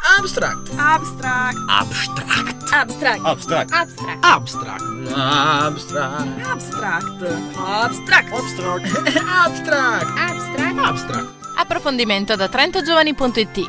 Abstract. Abstract. Abstract. Abstract. Abstract. Abstract. Abstract. Abstract. Abstract. Abstract. Abstract. Abstract. Abstract. Abstract. Approfondimento da trentogiovani.it.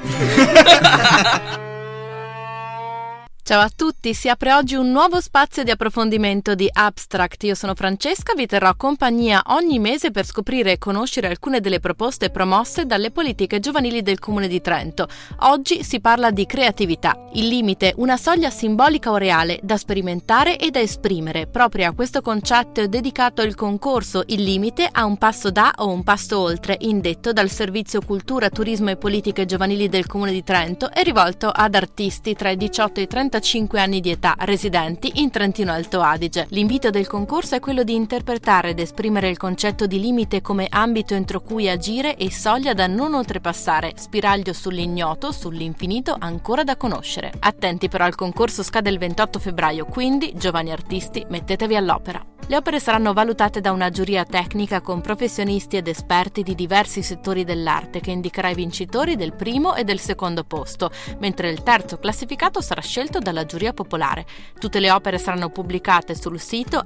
Ciao a tutti, si apre oggi un nuovo spazio di approfondimento di Abstract. Io sono Francesca, vi terrò compagnia ogni mese per scoprire e conoscere alcune delle proposte promosse dalle politiche giovanili del Comune di Trento. Oggi si parla di creatività, il limite, una soglia simbolica o reale da sperimentare e da esprimere. Proprio a questo concetto è dedicato il concorso Il limite a un passo da o un passo oltre, indetto dal Servizio Cultura, Turismo e Politiche Giovanili del Comune di Trento e rivolto ad artisti tra i 18 e i 35 anni di età residenti in Trentino Alto Adige. L'invito del concorso è quello di interpretare ed esprimere il concetto di limite come ambito entro cui agire e soglia da non oltrepassare, spiraglio sull'ignoto, sull'infinito ancora da conoscere. Attenti però, il concorso scade il 28 febbraio, quindi, giovani artisti, mettetevi all'opera. Le opere saranno valutate da una giuria tecnica con professionisti ed esperti di diversi settori dell'arte che indicherà i vincitori del primo e del secondo posto, mentre il terzo classificato sarà scelto dalla giuria popolare. Tutte le opere saranno pubblicate sul sito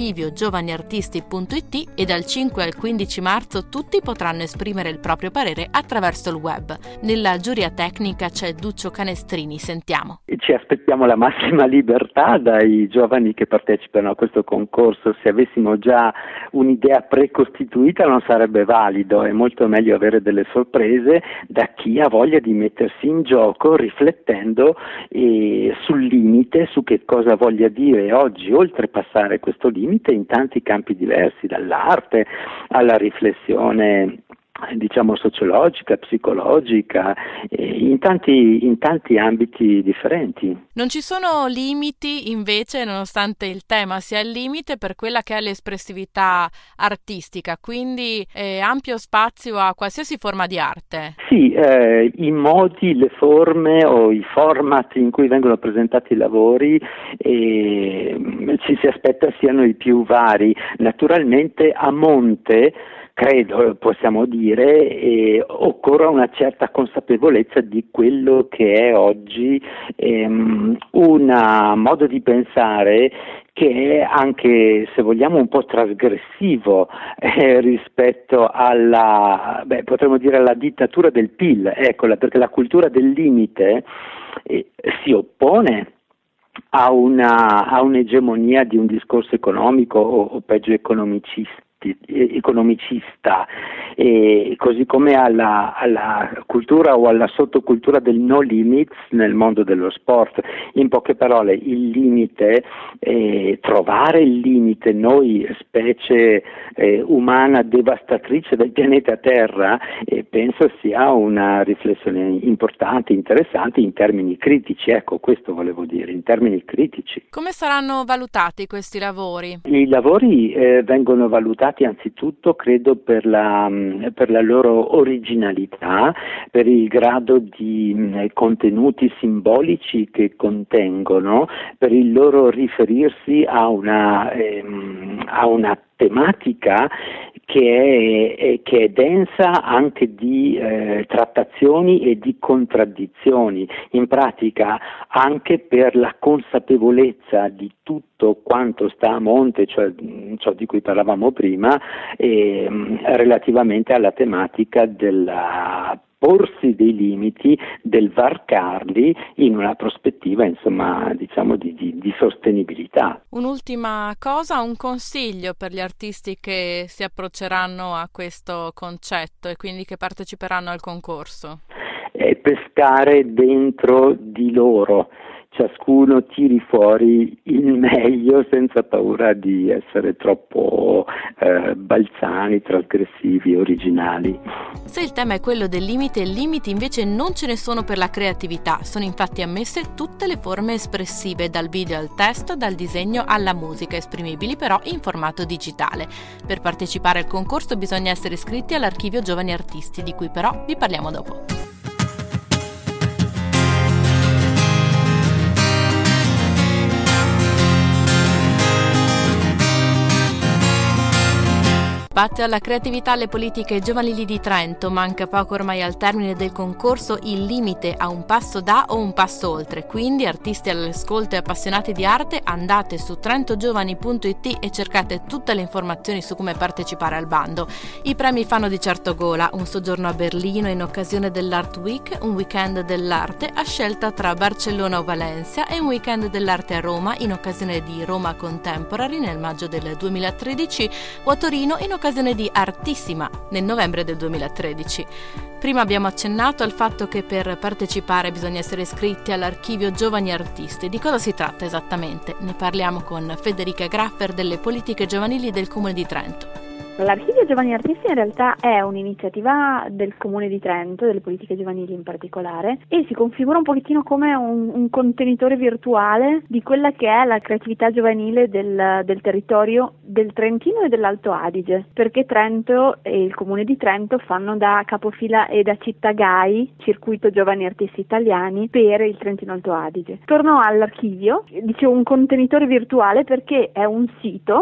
archiviogiovaniartisti.it e dal 5 al 15 marzo tutti potranno esprimere il proprio parere attraverso il web. Nella giuria tecnica c'è Duccio Canestrini, sentiamo. Ci aspettiamo la massima libertà dai giovani che partecipano a questo concorso. Se avessimo già un'idea precostituita non sarebbe valido, è molto meglio avere delle sorprese da chi ha voglia di mettersi in gioco riflettendo sul limite, su che cosa voglia dire oggi oltrepassare questo limite in tanti campi diversi, dall'arte alla riflessione sociologica, psicologica, in tanti ambiti differenti. Non ci sono limiti invece, nonostante il tema sia il limite, per quella che è l'espressività artistica, quindi ampio spazio a qualsiasi forma di arte. Sì, i modi, le forme o i format in cui vengono presentati i lavori ci si aspetta siano i più vari. Naturalmente a monte, credo possiamo dire, occorre una certa consapevolezza di quello che è oggi un modo di pensare che è anche, se vogliamo, un po' trasgressivo rispetto potremmo dire alla dittatura del PIL, perché la cultura del limite si oppone a un'egemonia di un discorso economico o peggio economicista, così come alla cultura o alla sottocultura del no limits nel mondo dello sport. In poche parole, il limite, trovare il limite, noi specie umana devastatrice del pianeta Terra, penso sia una riflessione importante, interessante in termini critici. Questo volevo dire, in termini critici. Come saranno valutati questi lavori? I lavori vengono valutati anzitutto, credo, per la loro originalità, per il grado di contenuti simbolici che contengono, per il loro riferirsi a una tematica che è densa anche di trattazioni e di contraddizioni, in pratica anche per la consapevolezza di tutto quanto sta a monte, cioè ciò di cui parlavamo prima, relativamente alla tematica della porsi dei limiti, del varcarli in una prospettiva di sostenibilità. Un'ultima cosa, un consiglio per gli artisti che si approcceranno a questo concetto e quindi che parteciperanno al concorso? È pescare dentro di loro, ciascuno tiri fuori il meglio senza paura di essere troppo balzani, trasgressivi, originali. Se il tema è quello del limite, limiti invece non ce ne sono per la creatività. Sono infatti ammesse tutte le forme espressive, dal video al testo, dal disegno alla musica, esprimibili però in formato digitale. Per partecipare al concorso bisogna essere iscritti all'Archivio Giovani Artisti, di cui però vi parliamo dopo. Spazio alla creatività alle politiche giovanili di Trento. Manca poco ormai al termine del concorso, il limite a un passo da o un passo oltre. Quindi, artisti all'ascolto e appassionati di arte, andate su trentogiovani.it e cercate tutte le informazioni su come partecipare al bando. I premi fanno di certo gola: un soggiorno a Berlino in occasione dell'Art Week, un weekend dell'arte a scelta tra Barcellona o Valencia e un weekend dell'arte a Roma in occasione di Roma Contemporary nel maggio del 2013 o a Torino in occasione di Artissima nel novembre del 2013. Prima abbiamo accennato al fatto che per partecipare bisogna essere iscritti all'archivio Giovani Artisti. Di cosa si tratta esattamente? Ne parliamo con Federica Graffer delle politiche giovanili del Comune di Trento. L'Archivio Giovani Artisti in realtà è un'iniziativa del Comune di Trento, delle politiche giovanili in particolare, e si configura un pochettino come un contenitore virtuale di quella che è la creatività giovanile del territorio del Trentino e dell'Alto Adige, perché Trento e il Comune di Trento fanno da capofila e da città GAI, Circuito Giovani Artisti Italiani, per il Trentino Alto Adige. Torno all'archivio, dicevo un contenitore virtuale perché è un sito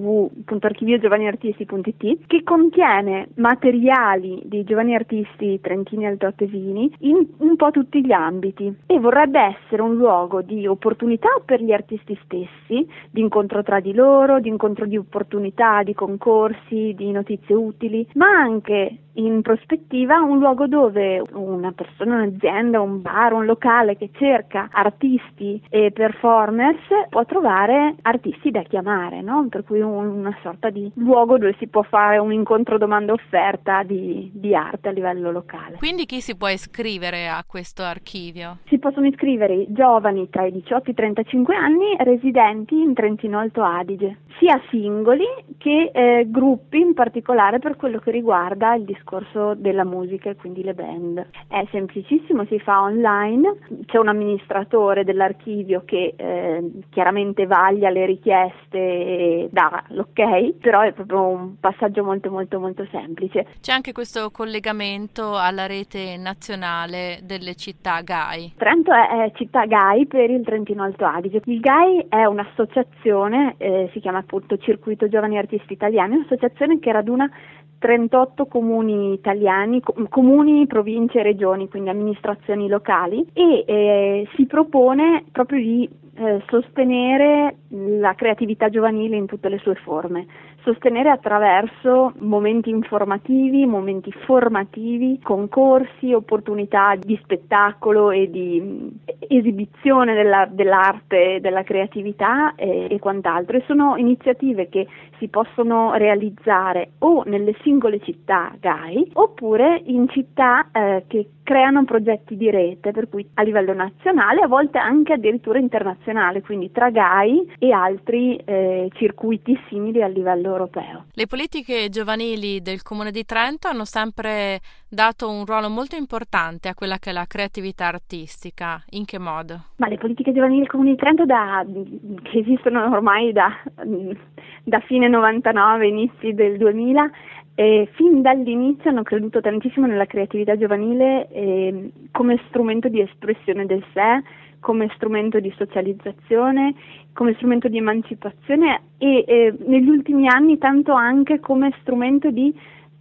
www.archiviogiovaniartisti.it che contiene materiali di giovani artisti trentini e altoatesini in un po' tutti gli ambiti, e vorrebbe essere un luogo di opportunità per gli artisti stessi, di incontro tra di loro, di incontro di opportunità, di concorsi, di notizie utili, ma anche in prospettiva un luogo dove una persona, un'azienda, un bar, un locale che cerca artisti e performers può trovare artisti da chiamare, no? Per cui una sorta di luogo dove si può fare un incontro domanda-offerta di arte a livello locale. Quindi chi si può iscrivere a questo archivio? Si possono iscrivere giovani tra i 18 e i 35 anni residenti in Trentino Alto Adige, sia singoli che gruppi, in particolare per quello che riguarda il discorso della musica e quindi le band. È semplicissimo, si fa online, c'è un amministratore dell'archivio che chiaramente vaglia le richieste e dà l'ok, però è proprio un passaggio molto molto molto semplice. C'è anche questo collegamento alla rete nazionale delle città GAI. Trento è città GAI per il Trentino Alto Adige. Il GAI è un'associazione, si chiama appunto Circuito Giovani Artisti Italiani, un'associazione che raduna 38 comuni italiani, comuni, province e regioni, quindi amministrazioni locali, e si propone proprio di sostenere la creatività giovanile in tutte le sue forme, sostenere attraverso momenti informativi, momenti formativi, concorsi, opportunità di spettacolo e di esibizione dell'arte, della creatività e quant'altro. E sono iniziative che si possono realizzare o nelle singole città GAI oppure in città che creano progetti di rete, per cui a livello nazionale, a volte anche addirittura internazionale, quindi tra GAI e altri circuiti simili a livello europeo. Le politiche giovanili del Comune di Trento hanno sempre dato un ruolo molto importante a quella che è la creatività artistica. In che modo? Ma le politiche giovanili del Comune di Trento che esistono ormai da fine 99, inizi del 2000, fin dall'inizio hanno creduto tantissimo nella creatività giovanile come strumento di espressione del sé, come strumento di socializzazione, come strumento di emancipazione e negli ultimi anni tanto anche come strumento di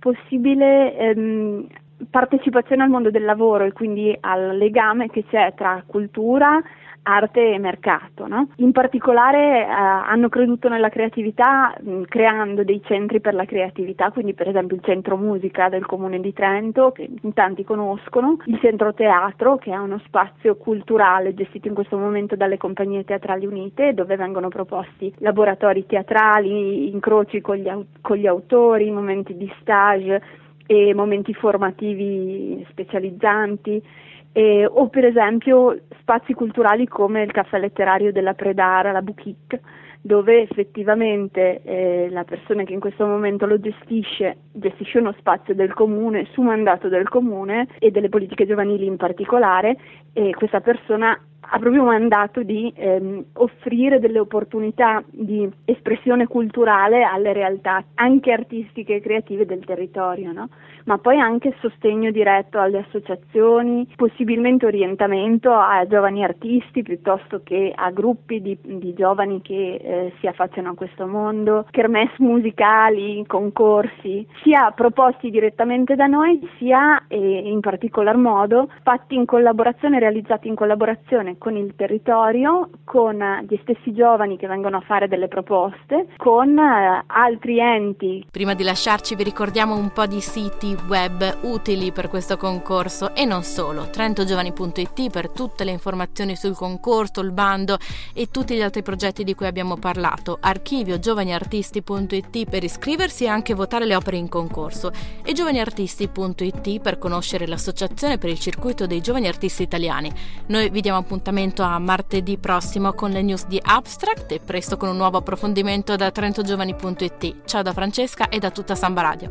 possibile partecipazione al mondo del lavoro e quindi al legame che c'è tra cultura, arte e mercato, no? In particolare hanno creduto nella creatività creando dei centri per la creatività, quindi per esempio il Centro Musica del Comune di Trento, che in tanti conoscono, il Centro Teatro, che è uno spazio culturale gestito in questo momento dalle Compagnie Teatrali Unite, dove vengono proposti laboratori teatrali, incroci con gli autori, momenti di stage e momenti formativi specializzanti. O per esempio spazi culturali come il caffè letterario della Predara, la Boutique, dove effettivamente la persona che in questo momento lo gestisce uno spazio del comune, su mandato del comune e delle politiche giovanili in particolare, e questa persona ha proprio mandato di offrire delle opportunità di espressione culturale alle realtà anche artistiche e creative del territorio, no? Ma poi anche sostegno diretto alle associazioni, possibilmente orientamento a giovani artisti piuttosto che a gruppi di giovani che si affacciano a questo mondo, kermesse musicali, concorsi, sia proposti direttamente da noi, sia in particolar modo fatti in collaborazione, realizzati in collaborazione con il territorio, con gli stessi giovani che vengono a fare delle proposte, con altri enti. Prima di lasciarci vi ricordiamo un po' di siti web utili per questo concorso e non solo. trentogiovani.it per tutte le informazioni sul concorso, il bando e tutti gli altri progetti di cui abbiamo parlato. Archivio giovaniartisti.it per iscriversi e anche votare le opere in concorso e giovaniartisti.it per conoscere l'associazione per il circuito dei giovani artisti italiani. Noi vi diamo appuntamento a martedì prossimo con le news di Abstract e presto con un nuovo approfondimento da trentogiovani.it. Ciao da Francesca e da tutta Samba Radio.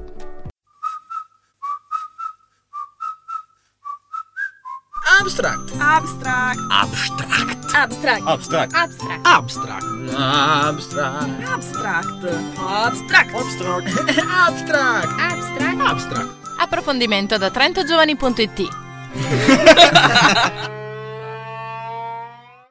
Abstract. Abstract. Abstract. Abstract. Abstract. Abstract. Abstract. Abstract. Abstract. Abstract. Abstract. Abstract. Abstract. Abstract. Approfondimento da trentogiovani.it.